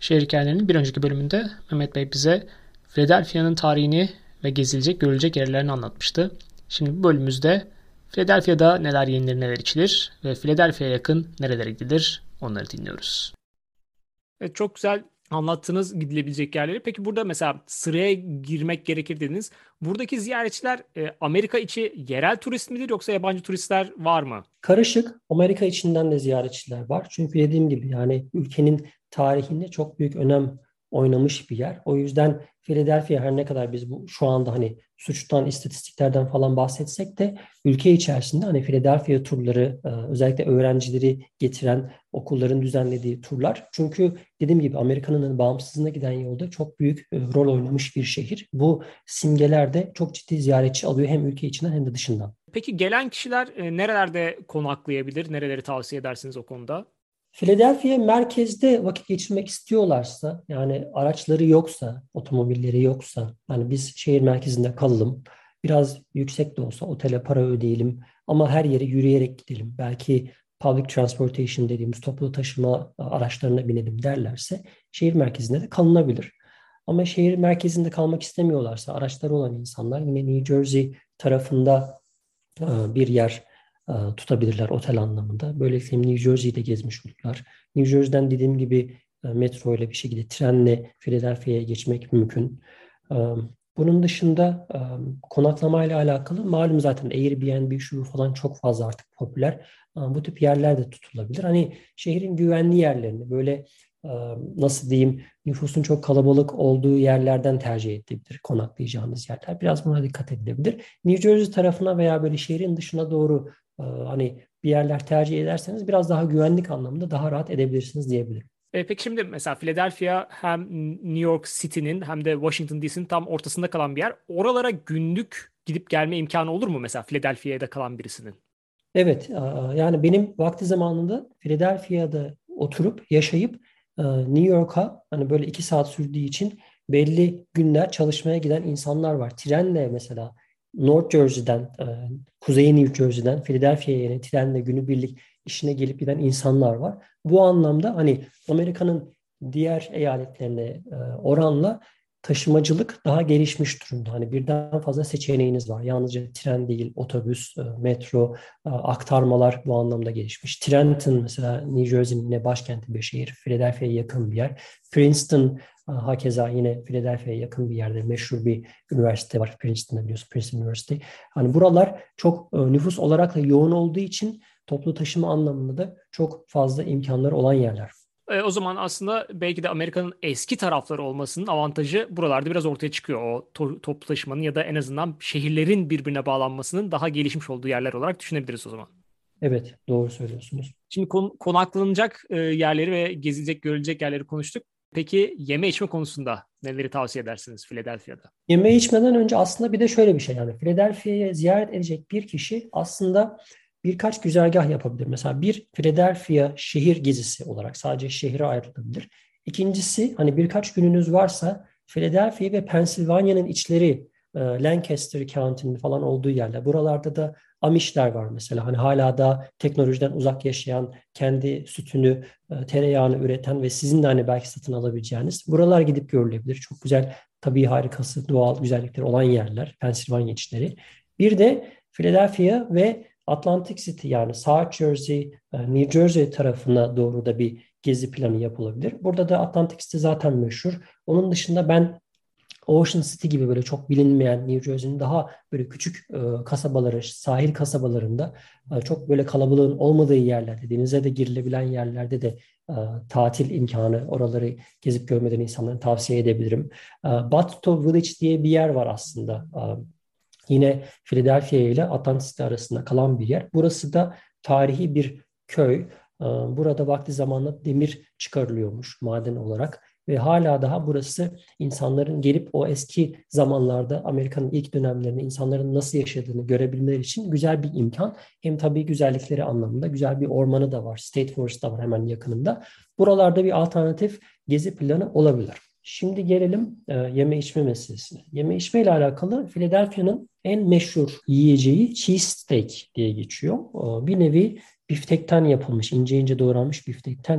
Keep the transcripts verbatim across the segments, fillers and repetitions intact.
Şehir hikayelerinin bir önceki bölümünde Mehmet Bey bize Philadelphia'nın tarihini ve gezilecek, görülecek yerlerini anlatmıştı. Şimdi bu bölümümüzde Philadelphia'da neler yenilir, neler içilir ve Philadelphia'ya yakın nerelere gidilir onları dinliyoruz. Evet, çok güzel anlattığınız gidilebilecek yerleri. Peki burada mesela sıraya girmek gerekir dediniz. Buradaki ziyaretçiler e, Amerika içi yerel turist midir yoksa yabancı turistler var mı? Karışık. Amerika içinden de ziyaretçiler var. Çünkü dediğim gibi yani ülkenin tarihinde çok büyük önem oynamış bir yer. O yüzden Philadelphia her ne kadar biz bu şu anda hani suçtan, istatistiklerden falan bahsetsek de ülke içerisinde hani Philadelphia turları e, özellikle öğrencileri getiren okulların düzenlediği turlar. Çünkü dediğim gibi Amerika'nın hani bağımsızlığına giden yolda çok büyük e, rol oynamış bir şehir. Bu simgeler de çok ciddi ziyaretçi alıyor hem ülke içinden hem de dışından. Peki gelen kişiler e, nerelerde konaklayabilir? Nereleri tavsiye edersiniz o konuda? Philadelphia merkezde vakit geçirmek istiyorlarsa yani araçları yoksa, otomobilleri yoksa hani biz şehir merkezinde kalalım. Biraz yüksek de olsa otele para ödeyelim ama her yere yürüyerek gidelim. Belki public transportation dediğimiz toplu taşıma araçlarına binelim derlerse şehir merkezinde de kalınabilir. Ama şehir merkezinde kalmak istemiyorlarsa araçları olan insanlar yine New Jersey tarafında e, bir yer e, tutabilirler otel anlamında. Böylelikle New Jersey'de gezmiş olurlar. New Jersey'den dediğim gibi e, metro ile bir şekilde trenle Philadelphia'ya geçmek mümkün. E, Bunun dışında e, konaklamayla alakalı malum zaten Airbnb şu bu falan çok fazla artık popüler. E, Bu tip yerler de tutulabilir. Hani şehrin güvenli yerlerini böyle e, nasıl diyeyim nüfusun çok kalabalık olduğu yerlerden tercih edilebilir konaklayacağınız yerler. Biraz buna dikkat edilebilir. New Jersey tarafına veya böyle şehrin dışına doğru e, hani bir yerler tercih ederseniz biraz daha güvenlik anlamında daha rahat edebilirsiniz diyebilirim. E, peki şimdi mesela Philadelphia hem New York City'nin hem de Washington D C'nin tam ortasında kalan bir yer. Oralara günlük gidip gelme imkanı olur mu mesela Philadelphia'da kalan birisinin? Evet, e, yani benim vakti zamanında Philadelphia'da oturup yaşayıp e, New York'a hani böyle iki saat sürdüğü için belli günler çalışmaya giden insanlar var. Trenle mesela North Jersey'den, e, Kuzey New Jersey'den Philadelphia'ya yine trenle günübirlik işine gelip giden insanlar var. Bu anlamda hani Amerika'nın diğer eyaletlerine e, oranla taşımacılık daha gelişmiş durumda. Hani birden fazla seçeneğiniz var. Yalnızca tren değil, otobüs, e, metro, e, aktarmalar bu anlamda gelişmiş. Trenton mesela New Jersey'nin yine başkenti bir şehir. Philadelphia'ya yakın bir yer. Princeton e, hakeza yine Philadelphia'ya yakın bir yerde meşhur bir üniversite var. Princeton'da biliyorsun Princeton University. Hani buralar çok e, nüfus olarak da yoğun olduğu için toplu taşıma anlamında da çok fazla imkanları olan yerler. E, o zaman aslında belki de Amerika'nın eski tarafları olmasının avantajı buralarda biraz ortaya çıkıyor. O to- toplu taşımanın ya da en azından şehirlerin birbirine bağlanmasının daha gelişmiş olduğu yerler olarak düşünebiliriz o zaman. Evet, doğru söylüyorsunuz. Şimdi kon- konaklanacak e, yerleri ve gezilecek, görülecek yerleri konuştuk. Peki yeme içme konusunda neleri tavsiye edersiniz Philadelphia'da? Yeme içmeden önce aslında bir de şöyle bir şey yani Philadelphia'ya ziyaret edecek bir kişi aslında birkaç güzergah yapabilir. Mesela bir Philadelphia şehir gezisi olarak sadece şehre ayrılabilir. İkincisi hani birkaç gününüz varsa Philadelphia ve Pennsylvania'nın içleri e, Lancaster County'nin falan olduğu yerler. Buralarda da Amishler var mesela. Hani hala da teknolojiden uzak yaşayan, kendi sütünü, e, tereyağını üreten ve sizin de hani belki satın alabileceğiniz. Buralar gidip görülebilir. Çok güzel tabii harikası, doğal güzellikleri olan yerler, Pensilvanya içleri. Bir de Philadelphia ve Atlantic City yani South Jersey, e, New Jersey tarafına doğru da bir gezi planı yapılabilir. Burada da Atlantic City zaten meşhur. Onun dışında ben Ocean City gibi böyle çok bilinmeyen New Jersey'nin daha böyle küçük e, kasabaları, sahil kasabalarında e, çok böyle kalabalığın olmadığı yerlerde, denize de girilebilen yerlerde de e, tatil imkanı, oraları gezip görmeden insanlara tavsiye edebilirim. E, Batto Village diye bir yer var aslında. E, yine Philadelphia ile Atlantic City arasında kalan bir yer. Burası da tarihi bir köy. E, Burada vakti zamanında demir çıkarılıyormuş maden olarak ve hala daha burası insanların gelip o eski zamanlarda Amerika'nın ilk dönemlerinde insanların nasıl yaşadığını görebilmeleri için güzel bir imkan. Hem tabii güzellikleri anlamında güzel bir ormanı da var. State Forest da var hemen yakınında. Buralarda bir alternatif gezi planı olabilir. Şimdi gelelim e, yeme içme meselesine. Yeme içme ile alakalı Philadelphia'nın en meşhur yiyeceği cheese steak diye geçiyor. E, bir nevi biftekten yapılmış, ince ince doğranmış biftekten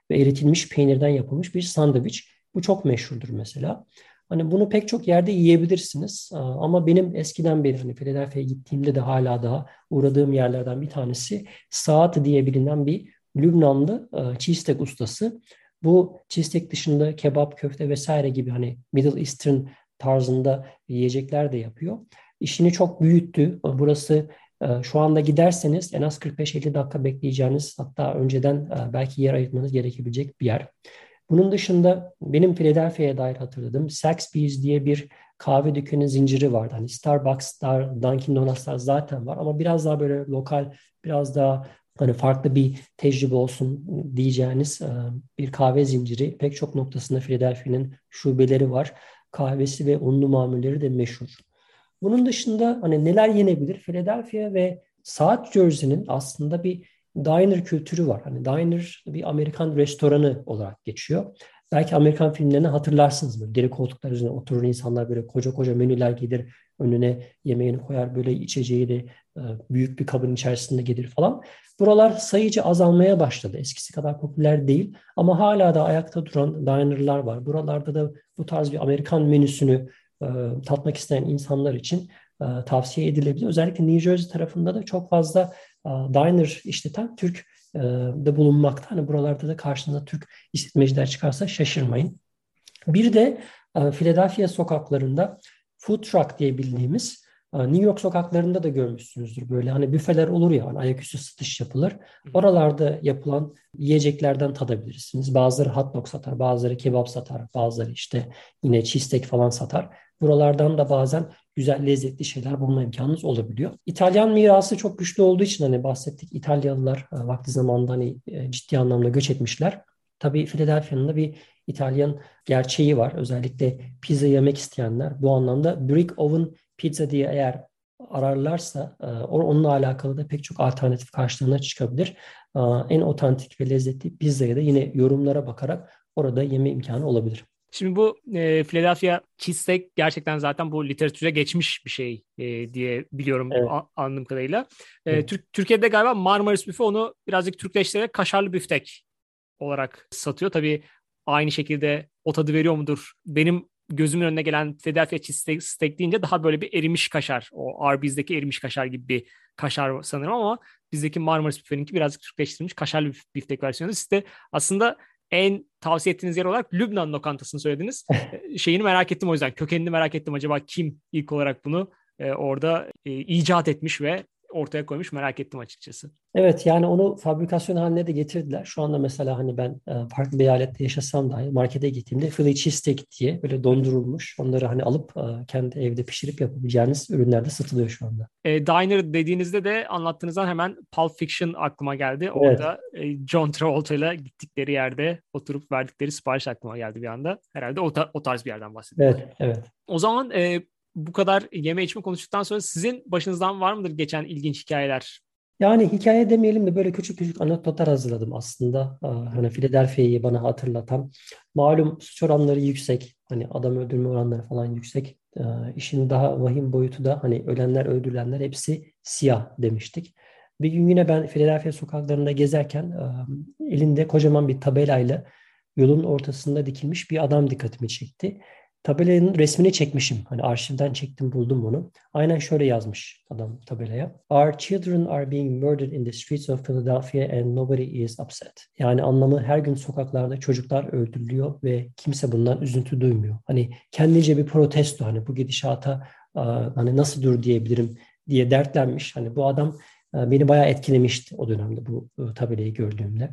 ve eritilmiş peynirden yapılmış bir sandviç. Bu çok meşhurdur mesela. Hani bunu pek çok yerde yiyebilirsiniz. Ama benim eskiden beri hani Philadelphia'ya gittiğimde de hala daha uğradığım yerlerden bir tanesi Saat diye bilinen bir Lübnanlı e, cheesesteak ustası. Bu cheesesteak dışında kebap, köfte vesaire gibi hani Middle Eastern tarzında yiyecekler de yapıyor. İşini çok büyüttü. Burası e, şu anda giderseniz en az kırk beş elli dakika bekleyeceğiniz, hatta önceden e, belki yer ayırtmanız gerekebilecek bir yer. Bunun dışında benim Philadelphia'ya dair hatırladığım Saxby's diye bir kahve dükkanı zinciri vardı. Hani Starbucks'lar, Dunkin' Donuts'lar zaten var ama biraz daha böyle lokal, biraz daha hani farklı bir tecrübe olsun diyeceğiniz e, bir kahve zinciri. Pek çok noktasında Philadelphia'nın şubeleri var. Kahvesi ve unlu mamulleri de meşhur. Bunun dışında hani neler yenebilir? Philadelphia ve South Jersey'nin aslında bir diner kültürü var. Hani diner bir Amerikan restoranı olarak geçiyor. Belki Amerikan filmlerini hatırlarsınız. Böyle deri koltuklar üzerine oturur insanlar, böyle koca koca menüler gelir. Önüne yemeğini koyar, böyle içeceği de e, büyük bir kabın içerisinde gelir falan. Buralar sayıca azalmaya başladı. Eskisi kadar popüler değil ama hala da ayakta duran dinerlar var. Buralarda da bu tarz bir Amerikan menüsünü e, tatmak isteyen insanlar için e, tavsiye edilebilir. Özellikle New Jersey tarafında da çok fazla e, diner işleten Türk e, de bulunmakta. Hani buralarda da karşınıza Türk işletmeciler çıkarsa şaşırmayın. Bir de e, Philadelphia sokaklarında food truck diye bildiğimiz e, New York sokaklarında da görmüşsünüzdür. Böyle hani büfeler olur ya, hani ayaküstü satış yapılır. Oralarda yapılan yiyeceklerden tadabilirsiniz. Bazıları hot dog satar, bazıları kebap satar, bazıları işte yine cheesesteak falan satar. Buralardan da bazen güzel lezzetli şeyler bulma imkanınız olabiliyor. İtalyan mirası çok güçlü olduğu için hani bahsettik, İtalyalılar e, vakti zamanında hani e, ciddi anlamda göç etmişler. Tabii Philadelphia'nın da bir İtalyan gerçeği var. Özellikle pizza yemek isteyenler bu anlamda brick oven pizza diye eğer ararlarsa e, onunla alakalı da pek çok alternatif karşılarına çıkabilir. E, En otantik ve lezzetli pizzaya da yine yorumlara bakarak orada yeme imkanı olabilir. Şimdi bu e, Philadelphia cheesesteak gerçekten zaten bu literatüre geçmiş bir şey e, diye biliyorum Evet, a- anladığım kadarıyla. E, evet. Türk, Türkiye'de galiba Marmaris Büfe onu birazcık Türkleştirerek kaşarlı büftek olarak satıyor. Tabii aynı şekilde o tadı veriyor mudur? Benim gözümün önüne gelen Philadelphia cheesesteak steak deyince daha böyle bir erimiş kaşar. O Arby's'deki erimiş kaşar gibi bir kaşar sanırım ama bizdeki Marmaris Büfe'ninki birazcık Türkleştirilmiş kaşarlı biftek versiyonu. Siz de aslında en tavsiye ettiğiniz yer olarak Lübnan lokantasını söylediniz. E, Şeyini merak ettim o yüzden. Kökenini merak ettim. Acaba kim ilk olarak bunu e, orada e, icat etmiş ve ortaya koymuş merak ettim açıkçası. Evet, yani onu fabrikasyon haline de getirdiler. Şu anda mesela hani ben e, farklı bir eyalette yaşasam dahi markete gittiğimde Philly cheesesteak diye böyle dondurulmuş, onları hani alıp e, kendi evde pişirip yapabileceğiniz ürünler de satılıyor şu anda. E, Diner dediğinizde de anlattığınızdan hemen Pulp Fiction aklıma geldi. Evet. Orada e, John Travolta ile gittikleri yerde oturup verdikleri sipariş aklıma geldi bir anda. Herhalde o, ta- o tarz bir yerden bahsediyorlar. Evet, evet. O zaman e, bu kadar yeme içme konuştuktan sonra sizin başınızdan var mıdır geçen ilginç hikayeler? Yani hikaye demeyelim de böyle küçük küçük anekdotlar hazırladım aslında. Aa, Hani Philadelphia'yı bana hatırlatan. Malum suç oranları yüksek. Hani adam öldürme oranları falan yüksek. Ee, işin daha vahim boyutu da hani ölenler, öldürülenler hepsi siyah demiştik. Bir gün yine ben Philadelphia sokaklarında gezerken e, elinde kocaman bir tabelayla yolun ortasında dikilmiş bir adam dikkatimi çekti. Tabelanın resmini çekmişim. Hani arşivden çektim, buldum bunu. Aynen şöyle yazmış adam tabelaya: Our children are being murdered in the streets of Philadelphia and nobody is upset. Yani anlamı, her gün sokaklarda çocuklar öldürülüyor ve kimse bundan üzüntü duymuyor. Hani kendince bir protesto, hani bu gidişata hani nasıl dur diyebilirim diye dertlenmiş. Hani bu adam beni bayağı etkilemişti o dönemde, bu tabelayı gördüğümde.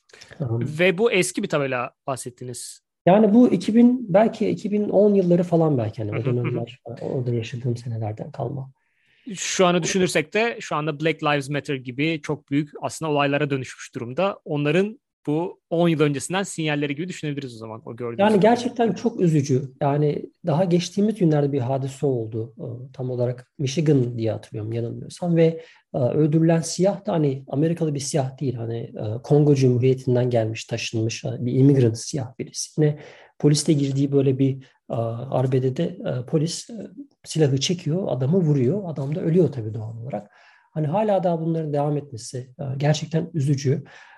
Ve bu eski bir tabela bahsettiniz. Yani bu iki bin, belki iki bin on yılları falan, belki hani Hı o hı hı. dönemler orada yaşadığım senelerden kalma. Şu anı düşünürsek de şu anda Black Lives Matter gibi çok büyük aslında olaylara dönüşmüş durumda. Onların bu on yıl öncesinden sinyalleri gibi düşünebiliriz o zaman o gördüğünüz Yani tabela. gerçekten çok üzücü. Yani daha geçtiğimiz günlerde bir hadise oldu. Ee, Tam olarak Michigan diye hatırlıyorum yanılmıyorsam, ve e, öldürülen siyah da hani Amerikalı bir siyah değil. Hani e, Kongo Cumhuriyeti'nden gelmiş, taşınmış e, bir immigrant siyah birisi. Yine polisle girdiği böyle bir e, arbedede e, polis e, silahı çekiyor, adamı vuruyor. Adam da ölüyor tabii doğal olarak. Hani hala daha bunların devam etmesi e, gerçekten üzücü.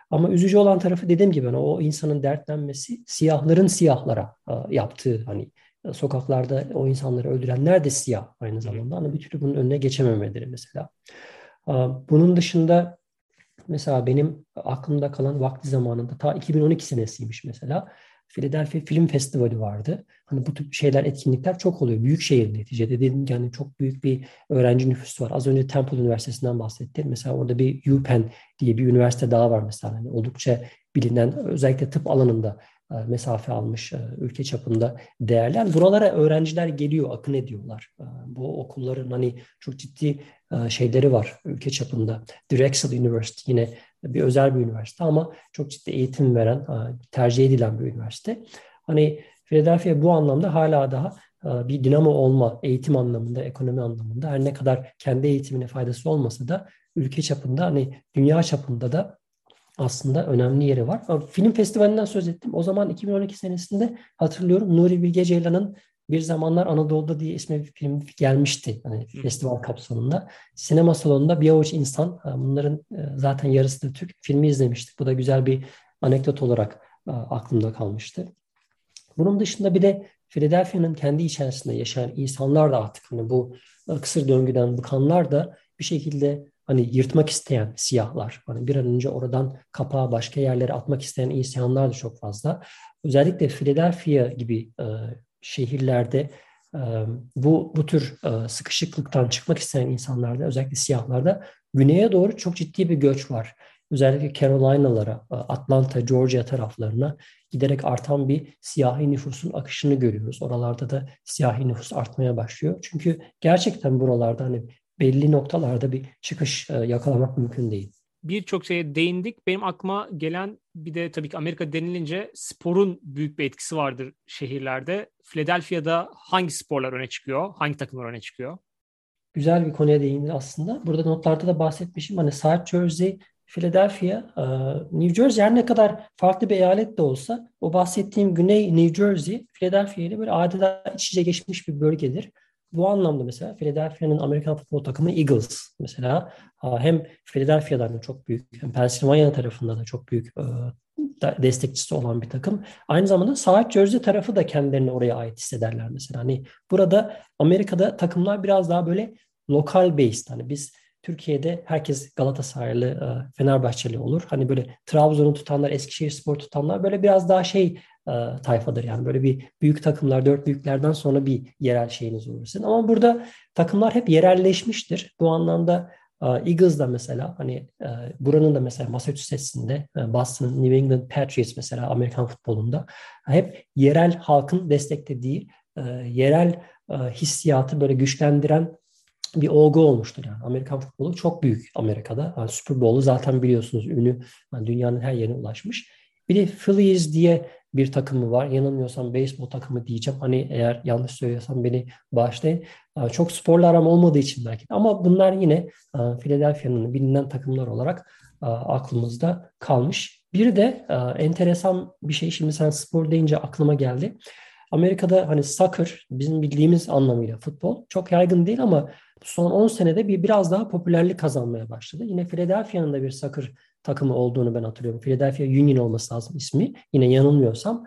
Ama üzücü olan tarafı dediğim gibi hani o insanın dertlenmesi siyahların siyahlara e, yaptığı hani e, sokaklarda o insanları öldürenler de siyah aynı Hı hı. zamanda. Hani bir türlü bunun önüne geçememeleri mesela. E, Bunun dışında mesela benim aklımda kalan vakti zamanında ta iki bin on iki senesiymiş mesela. Philadelphia Film Festivali vardı. Hani bu tip şeyler, etkinlikler çok oluyor. Büyük şehir neticede. Dediğim gibi yani çok büyük bir öğrenci nüfusu var. Az önce Temple Üniversitesi'nden bahsettim. Mesela orada bir UPenn diye bir üniversite daha var mesela. Hani oldukça bilinen, özellikle tıp alanında e, mesafe almış e, ülke çapında değerler. Buralara öğrenciler geliyor, akın ediyorlar. E, Bu okulların hani çok ciddi e, şeyleri var ülke çapında. Drexel University yine bir özel bir üniversite ama çok ciddi eğitim veren, e, tercih edilen bir üniversite. Hani Philadelphia bu anlamda hala daha e, bir dinamo olma, eğitim anlamında, ekonomi anlamında her ne kadar kendi eğitimine faydası olmasa da ülke çapında hani dünya çapında da aslında önemli yeri var. Film festivalinden söz ettim. O zaman iki bin on iki senesinde hatırlıyorum Nuri Bilge Ceylan'ın Bir Zamanlar Anadolu'da diye ismi bir film gelmişti. Hani Hı hı. festival kapsamında. Sinema salonunda bir avuç insan, bunların e, zaten yarısı da Türk, filmi izlemiştik. Bu da güzel bir anekdot olarak e, aklımda kalmıştı. Bunun dışında bir de Philadelphia'nın kendi içerisinde yaşayan insanlar da artık hani bu e, kısır döngüden bıkanlar da bir şekilde hani yırtmak isteyen siyahlar. Hani bir an önce oradan kapağı başka yerlere atmak isteyen insanlar da çok fazla. Özellikle Philadelphia gibi e, şehirlerde e, bu bu tür e, sıkışıklıktan çıkmak isteyen insanlarda, özellikle siyahlarda güneye doğru çok ciddi bir göç var. Özellikle Carolina'lara, e, Atlanta, Georgia taraflarına giderek artan bir siyahi nüfusun akışını görüyoruz. Oralarda da siyahi nüfus artmaya başlıyor. Çünkü gerçekten buralarda hani belli noktalarda bir çıkış e, yakalamak mümkün değil. Birçok şeye değindik. Benim aklıma gelen bir de tabii ki Amerika denilince sporun büyük bir etkisi vardır şehirlerde. Philadelphia'da hangi sporlar öne çıkıyor? Hangi takımlar öne çıkıyor? Güzel bir konuya değindin aslında. Burada notlarda da bahsetmişim. Hani South Jersey, Philadelphia, e, New Jersey her ne kadar farklı bir eyalet de olsa o bahsettiğim Güney New Jersey, Philadelphia ile böyle adeta iç içe geçmiş bir bölgedir. Bu anlamda mesela Philadelphia'nın Amerikan futbol takımı Eagles mesela hem Philadelphia'dan da çok büyük hem Pennsylvania tarafında da çok büyük e, destekçisi olan bir takım. Aynı zamanda South Jersey tarafı da kendilerini oraya ait hissederler mesela. Hani burada Amerika'da takımlar biraz daha böyle lokal based. Hani biz Türkiye'de herkes Galatasaraylı, e, Fenerbahçeli olur. Hani böyle Trabzon'u tutanlar, Eskişehirspor tutanlar böyle biraz daha şey e, tayfadır. Yani böyle bir büyük takımlar, dört büyüklerden sonra bir yerel şeyiniz olur sizin. Ama burada takımlar hep yerelleşmiştir. Bu anlamda e, Eagles'da mesela hani e, buranın da mesela Massachusetts'inde e, Boston'ın New England Patriots mesela Amerikan futbolunda hep yerel halkın desteklediği e, yerel e, hissiyatı böyle güçlendiren bir olgu olmuştur yani. Amerikan futbolu çok büyük Amerika'da. Yani Super Bowl'u zaten biliyorsunuz ünü yani dünyanın her yerine ulaşmış. Bir de Phillies diye bir takımı var. Yanılmıyorsam beyzbol takımı diyeceğim. Hani eğer yanlış söylüyorsam beni bağışlayın. Yani çok sporla aram olmadığı için belki. Ama bunlar yine e, Philadelphia'nın bilinen takımlar olarak e, aklımızda kalmış. Bir de e, enteresan bir şey, şimdi sen spor deyince aklıma geldi. Amerika'da hani soccer bizim bildiğimiz anlamıyla futbol çok yaygın değil ama son on senede bir biraz daha popülerlik kazanmaya başladı. Yine Philadelphia'nın da bir soccer takımı olduğunu ben hatırlıyorum. Philadelphia Union olması lazım ismi. Yine yanılmıyorsam.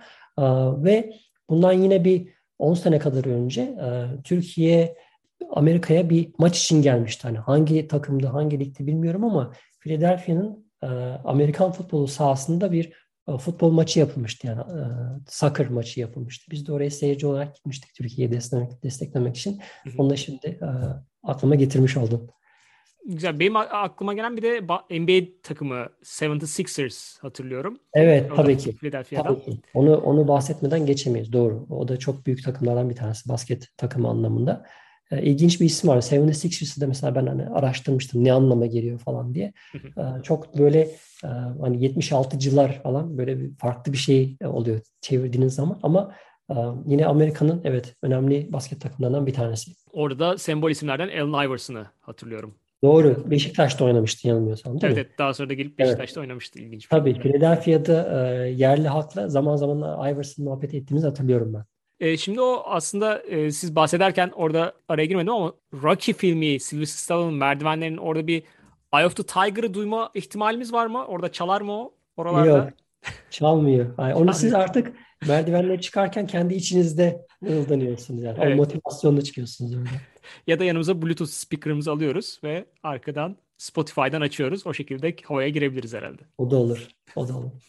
Ve bundan yine bir on sene kadar önce e, Türkiye Amerika'ya bir maç için gelmişti. Hani hangi takımda, hangi ligde bilmiyorum ama Philadelphia'nın e, Amerikan futbolu sahasında bir e, futbol maçı yapılmıştı. Yani e, soccer maçı yapılmıştı. Biz de oraya seyirci olarak gitmiştik Türkiye'yi desteklemek, desteklemek için. Hı hı. Onu da şimdi e, aklıma getirmiş oldum. Güzel. Benim a- aklıma gelen bir de ba- N B A takımı yetmiş altı ers hatırlıyorum. Evet, O da tabii ki. Philadelphia'da. Tabii ki. Onu onu bahsetmeden geçemeyiz. Doğru. O da çok büyük takımlardan bir tanesi basket takımı anlamında. E, ilginç bir isim var. yetmiş altı ers'ı da mesela ben hani araştırmıştım ne anlama geliyor falan diye. Hı hı. E, çok böyle e, hani yetmiş altıcılar falan böyle bir farklı bir şey oluyor çevirdiğiniz zaman ama e, yine Amerika'nın evet önemli basket takımlarından bir tanesi. Orada sembol isimlerden Allen Iverson'ı hatırlıyorum. Doğru. Beşiktaş'ta oynamıştı yanılmıyorsam değil Evet, mi? evet, daha sonra da gelip Evet. Beşiktaş'ta oynamıştı ilginç bir Tabii şekilde. Philadelphia'da e, yerli halkla zaman zaman Iverson muhabbet ettiğimizi hatırlıyorum ben. E, şimdi o aslında e, siz bahsederken orada araya girmedim ama Rocky filmi Sylvester Stallone'ın merdivenlerinin orada bir Eye of the Tiger'ı duyma ihtimalimiz var mı? Orada çalar mı o? Yok, Oralarda çalmıyor. Ay, onu siz çalmıyor. artık merdivenleri çıkarken kendi içinizde mırıldanıyorsunuz yani. O Evet. motivasyonla çıkıyorsunuz orada. Ya da yanımıza Bluetooth speaker'ımızı alıyoruz ve arkadan Spotify'dan açıyoruz. O şekilde havaya girebiliriz herhalde. O da olur. O da olur.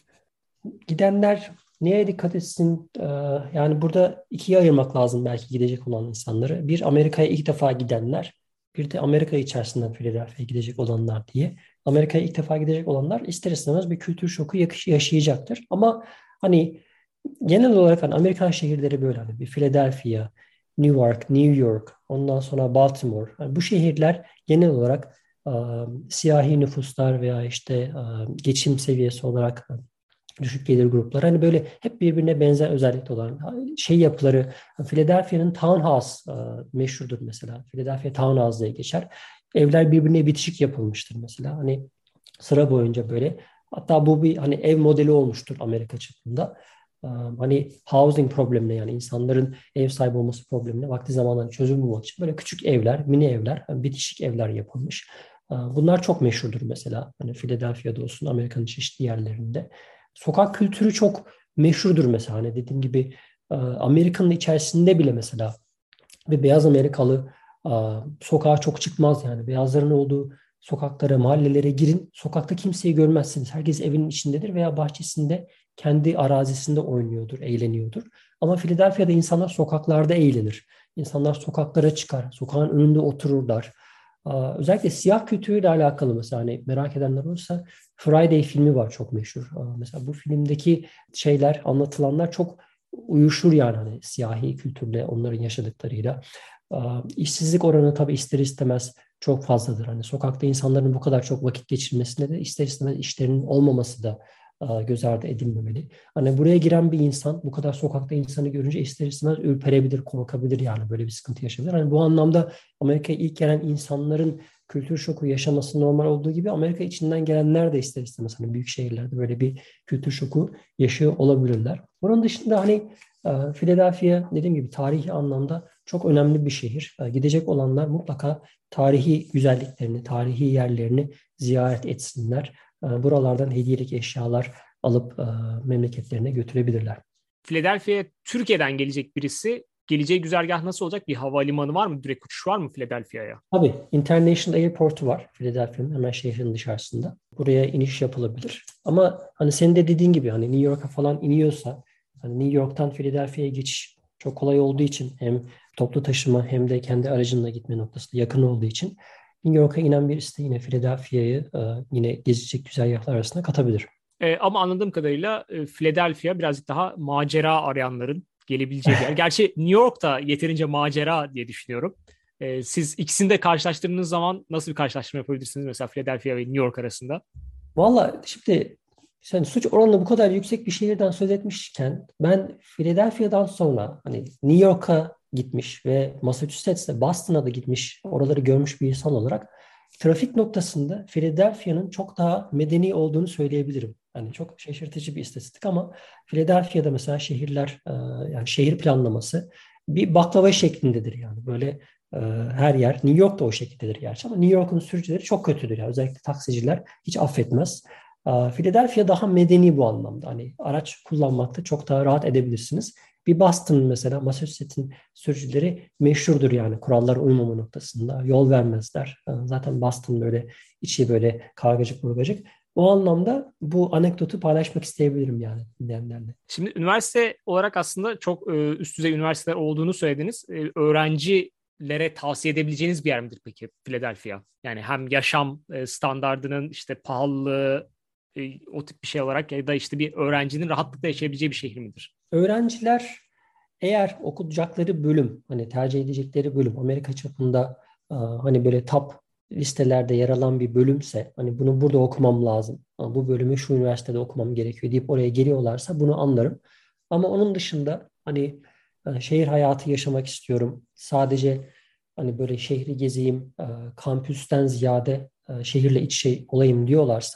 Gidenler neye dikkat etsin? Ee, yani burada ikiye ayırmak lazım belki gidecek olan insanları. Bir, Amerika'ya ilk defa gidenler. Bir de Amerika içerisinden Philadelphia'ya gidecek olanlar diye. Amerika'ya ilk defa gidecek olanlar ister istemez bir kültür şoku yakış- yaşayacaktır. Ama hani genel olarak hani Amerikan şehirleri böyle hani bir Philadelphia, New York, New York, ondan sonra Baltimore. Hani bu şehirler genel olarak e, siyahi nüfuslar veya işte e, geçim seviyesi olarak düşük gelir grupları hani böyle hep birbirine benzer özellikte olan şey yapıları. Philadelphia'nın townhouse e, meşhurdur mesela. Philadelphia townhouse diye geçer. Evler birbirine bitişik yapılmıştır mesela. Hani sıra boyunca böyle. Hatta bu bir hani ev modeli olmuştur Amerika çapında. Ee, Hani housing problemine yani insanların ev sahibi olması problemine vakti zamanında çözüm bulmak için böyle küçük evler, mini evler, hani bitişik evler yapılmış. Ee, Bunlar çok meşhurdur mesela. Hani Philadelphia'da olsun, Amerika'nın çeşitli yerlerinde. Sokak kültürü çok meşhurdur mesela. Hani dediğim gibi e, Amerika'nın içerisinde bile mesela bir beyaz Amerikalı e, sokağa çok çıkmaz yani. Beyazların olduğu sokaklara, mahallelere girin. Sokakta kimseyi görmezsiniz. Herkes evinin içindedir veya bahçesinde kendi arazisinde oynuyordur, eğleniyordur. Ama Philadelphia'da insanlar sokaklarda eğlenir. İnsanlar sokaklara çıkar, sokağın önünde otururlar. Aa, özellikle siyah kültürüyle alakalı mesela hani merak edenler olursa Friday filmi var çok meşhur. Aa, mesela bu filmdeki şeyler, anlatılanlar çok uyuşur yani hani siyahi kültürle, onların yaşadıklarıyla. Aa, işsizlik oranı tabii ister istemez çok fazladır. Hani sokakta insanların bu kadar çok vakit geçirmesine de ister istemez işlerinin olmaması da aa, göz ardı edilmemeli. Hani buraya giren bir insan bu kadar sokakta insanı görünce ister istemez ürperebilir, korkabilir yani böyle bir sıkıntı yaşayabilir. Hani bu anlamda Amerika'ya ilk gelen insanların kültür şoku yaşaması normal olduğu gibi Amerika içinden gelenler de ister istemez hani büyük şehirlerde böyle bir kültür şoku yaşıyor olabilirler. Bunun dışında hani e, Philadelphia dediğim gibi tarihi anlamda çok önemli bir şehir. E, Gidecek olanlar mutlaka tarihi güzelliklerini, tarihi yerlerini ziyaret etsinler. E, Buralardan hediyelik eşyalar alıp e, memleketlerine götürebilirler. Philadelphia'ya Türkiye'den gelecek birisi geleceği güzergah nasıl olacak? Bir havalimanı var mı? Direkt uçuş var mı Philadelphia'ya? Tabii International Airport'u var Philadelphia'nın hemen şehrin dışarısında. Buraya iniş yapılabilir. Ama hani senin de dediğin gibi hani New York'a falan iniyorsa hani New York'tan Philadelphia'ya geçiş çok kolay olduğu için hem toplu taşıma hem de kendi aracınla gitme noktası da yakın olduğu için New York'a inen birisi de yine Philadelphia'yı e, yine gezecek güzergahlar arasında katabilir. Ee, ama anladığım kadarıyla e, Philadelphia birazcık daha macera arayanların gelebileceği bir yer. Gerçi New York da yeterince macera diye düşünüyorum. Ee, siz ikisini de karşılaştırdığınız zaman nasıl bir karşılaştırma yapabilirsiniz mesela Philadelphia ve New York arasında? Valla şimdi sen suç oranı bu kadar yüksek bir şehirden söz etmişken ben Philadelphia'dan sonra hani New York'a gitmiş ve Massachusetts'e Boston'a da gitmiş oraları görmüş bir insan olarak trafik noktasında Philadelphia'nın çok daha medeni olduğunu söyleyebilirim. Hani çok şaşırtıcı bir istatistik ama Philadelphia'da mesela şehirler e, yani şehir planlaması bir baklava şeklindedir yani böyle e, her yer. New York da o şekildedir gerçi ama New York'un sürücüleri çok kötüdür yani özellikle taksiciler hiç affetmez. Aa, Philadelphia daha medeni bu anlamda. Hani araç kullanmakta çok daha rahat edebilirsiniz. Bir Boston mesela Massachusetts'in sürücüleri meşhurdur yani kurallara uymama noktasında. Yol vermezler. Ee, Zaten Boston böyle içi böyle kargacık burgacık. O anlamda bu anekdotu paylaşmak isteyebilirim yani dinleyenlerle. Şimdi üniversite olarak aslında çok e, üst düzey üniversiteler olduğunu söylediniz. E, öğrencilere tavsiye edebileceğiniz bir yer midir peki Philadelphia? Yani hem yaşam e, standardının işte pahalılığı e, o tip bir şey olarak ya da işte bir öğrencinin rahatlıkla yaşayabileceği bir şehir midir? Öğrenciler eğer okuyacakları bölüm, hani tercih edecekleri bölüm Amerika çapında e, hani böyle top listelerde yer alan bir bölümse, hani bunu burada okumam lazım, ama bu bölümü şu üniversitede okumam gerekiyor deyip oraya geliyorlarsa bunu anlarım. Ama onun dışında hani e, şehir hayatı yaşamak istiyorum. Sadece hani böyle şehri gezeyim, e, kampüsten ziyade e, şehirle iç şey olayım diyorlarsa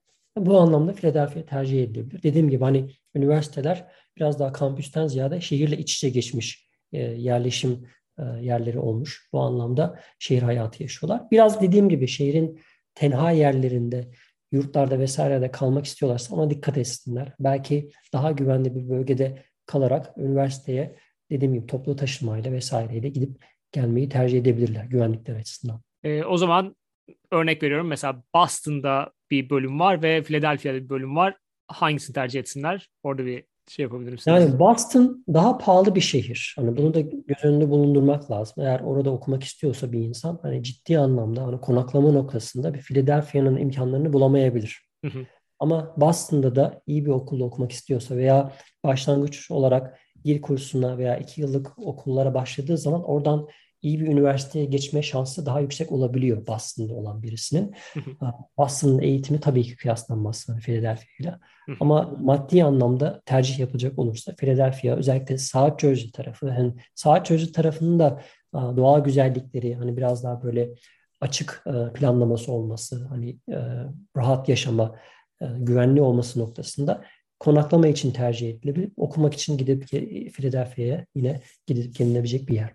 bu anlamda Philadelphia tercih edilebilir. Dediğim gibi hani üniversiteler biraz daha kampüsten ziyade şehirle iç içe geçmiş e, yerleşim e, yerleri olmuş. Bu anlamda şehir hayatı yaşıyorlar. Biraz dediğim gibi şehrin tenha yerlerinde yurtlarda vesairede kalmak istiyorlarsa ona dikkat etsinler. Belki daha güvenli bir bölgede kalarak üniversiteye dediğim gibi toplu taşımayla vesaireyle gidip gelmeyi tercih edebilirler güvenlikler açısından. E, o zaman örnek veriyorum. Mesela Boston'da bir bölüm var ve Philadelphia'da bir bölüm var. Hangisini tercih etsinler? Orada bir şey yapabilirim size. Yani Boston daha pahalı bir şehir. Hani bunu da göz önünde bulundurmak lazım. Eğer orada okumak istiyorsa bir insan hani ciddi anlamda hani konaklama noktasında bir Philadelphia'nın imkanlarını bulamayabilir. Hı hı. Ama Boston'da da iyi bir okulda okumak istiyorsa veya başlangıç olarak dil kursuna veya iki yıllık okullara başladığı zaman oradan iyi bir üniversiteye geçme şansı daha yüksek olabiliyor Boston'da olan birisinin. Hı hı. Boston'ın eğitimi tabii ki kıyaslanmaz hani Philadelphia ile. Hı hı. Ama maddi anlamda tercih yapacak olursa Philadelphia özellikle South Jersey tarafı, yani South Jersey tarafının da doğal güzellikleri hani biraz daha böyle açık planlaması olması, hani rahat yaşama, güvenli olması noktasında konaklama için tercih edilebilir. Okumak için gidip Philadelphia'ya yine gidip gelinebilecek bir yer.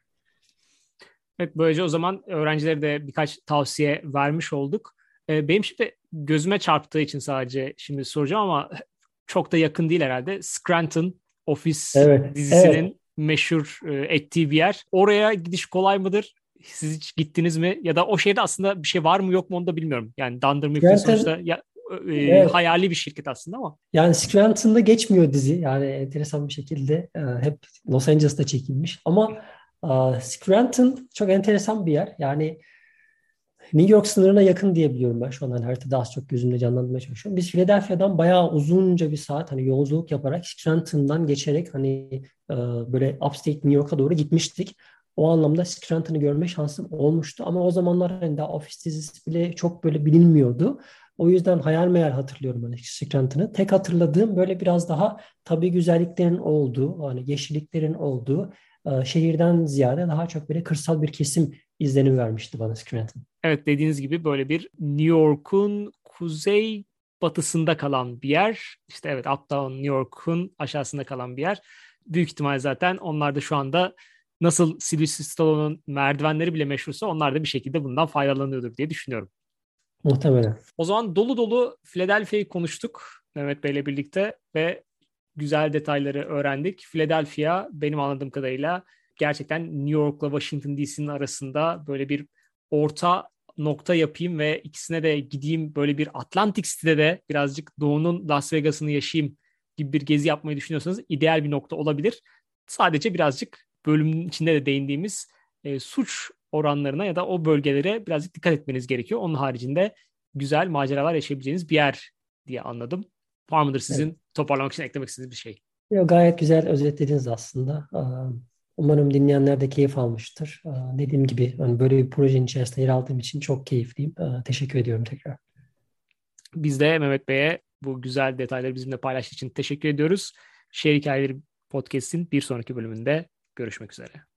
Evet, böylece o zaman öğrencilere de birkaç tavsiye vermiş olduk. Ee, benim şimdi gözüme çarptığı için sadece şimdi soracağım ama çok da yakın değil herhalde. Scranton Office Evet, evet. dizisinin meşhur e, ettiği bir yer. Oraya gidiş kolay mıdır? Siz hiç gittiniz mi? Ya da o şehirde aslında bir şey var mı yok mu onu da bilmiyorum. Yani Dunder Mifflin sonuçta Scranton, ya, e, evet. hayali bir şirket aslında ama. Yani Scranton'da geçmiyor dizi. Yani enteresan bir şekilde e, hep Los Angeles'ta çekilmiş. Ama e, Scranton çok enteresan bir yer. Yani New York sınırına yakın diye biliyorum ben şu an hani haritada az çok gözümde canlandırmaya çalışıyorum. Biz Philadelphia'dan bayağı uzunca bir saat hani yolculuk yaparak Scranton'dan geçerek hani e, böyle upstate New York'a doğru gitmiştik. O anlamda Scranton'ı görme şansım olmuştu ama o zamanlar hani daha Office dizisi bile çok böyle bilinmiyordu. O yüzden hayal meyal hatırlıyorum hani Scranton'ı. Tek hatırladığım böyle biraz daha tabii güzelliklerin olduğu, hani yeşilliklerin olduğu e, şehirden ziyade daha çok böyle kırsal bir kesim izlenim vermişti bana Scranton. Evet, dediğiniz gibi böyle bir New York'un kuzey batısında kalan bir yer. İşte evet, Uptown New York'un aşağısında kalan bir yer. Büyük ihtimal zaten onlar da şu anda nasıl Sylvester Stallone'un merdivenleri bile meşhursa onlar da bir şekilde bundan faydalanıyordur diye düşünüyorum. Muhtemelen. O zaman dolu dolu Philadelphia'yı konuştuk Mehmet Bey'le birlikte ve güzel detayları öğrendik. Philadelphia benim anladığım kadarıyla gerçekten New York'la Washington D C'nin arasında böyle bir orta nokta yapayım ve ikisine de gideyim, böyle bir Atlantic City'de de birazcık doğunun Las Vegas'ını yaşayayım gibi bir gezi yapmayı düşünüyorsanız ideal bir nokta olabilir. Sadece birazcık bölümün içinde de değindiğimiz e, suç oranlarına ya da o bölgelere birazcık dikkat etmeniz gerekiyor. Onun haricinde güzel maceralar yaşayabileceğiniz bir yer diye anladım. Var mıdır Evet. sizin toparlamak için eklemek istediğiniz bir şey? Yo, gayet güzel özetlediniz aslında. Aa, umarım dinleyenler de keyif almıştır. Aa, dediğim gibi hani böyle bir projenin içerisinde yer aldığım için çok keyifliyim. Aa, teşekkür ediyorum tekrar. Biz de Mehmet Bey'e bu güzel detayları bizimle paylaştığı için teşekkür ediyoruz. Şehir Hikayeleri Podcast'in bir sonraki bölümünde görüşmek üzere.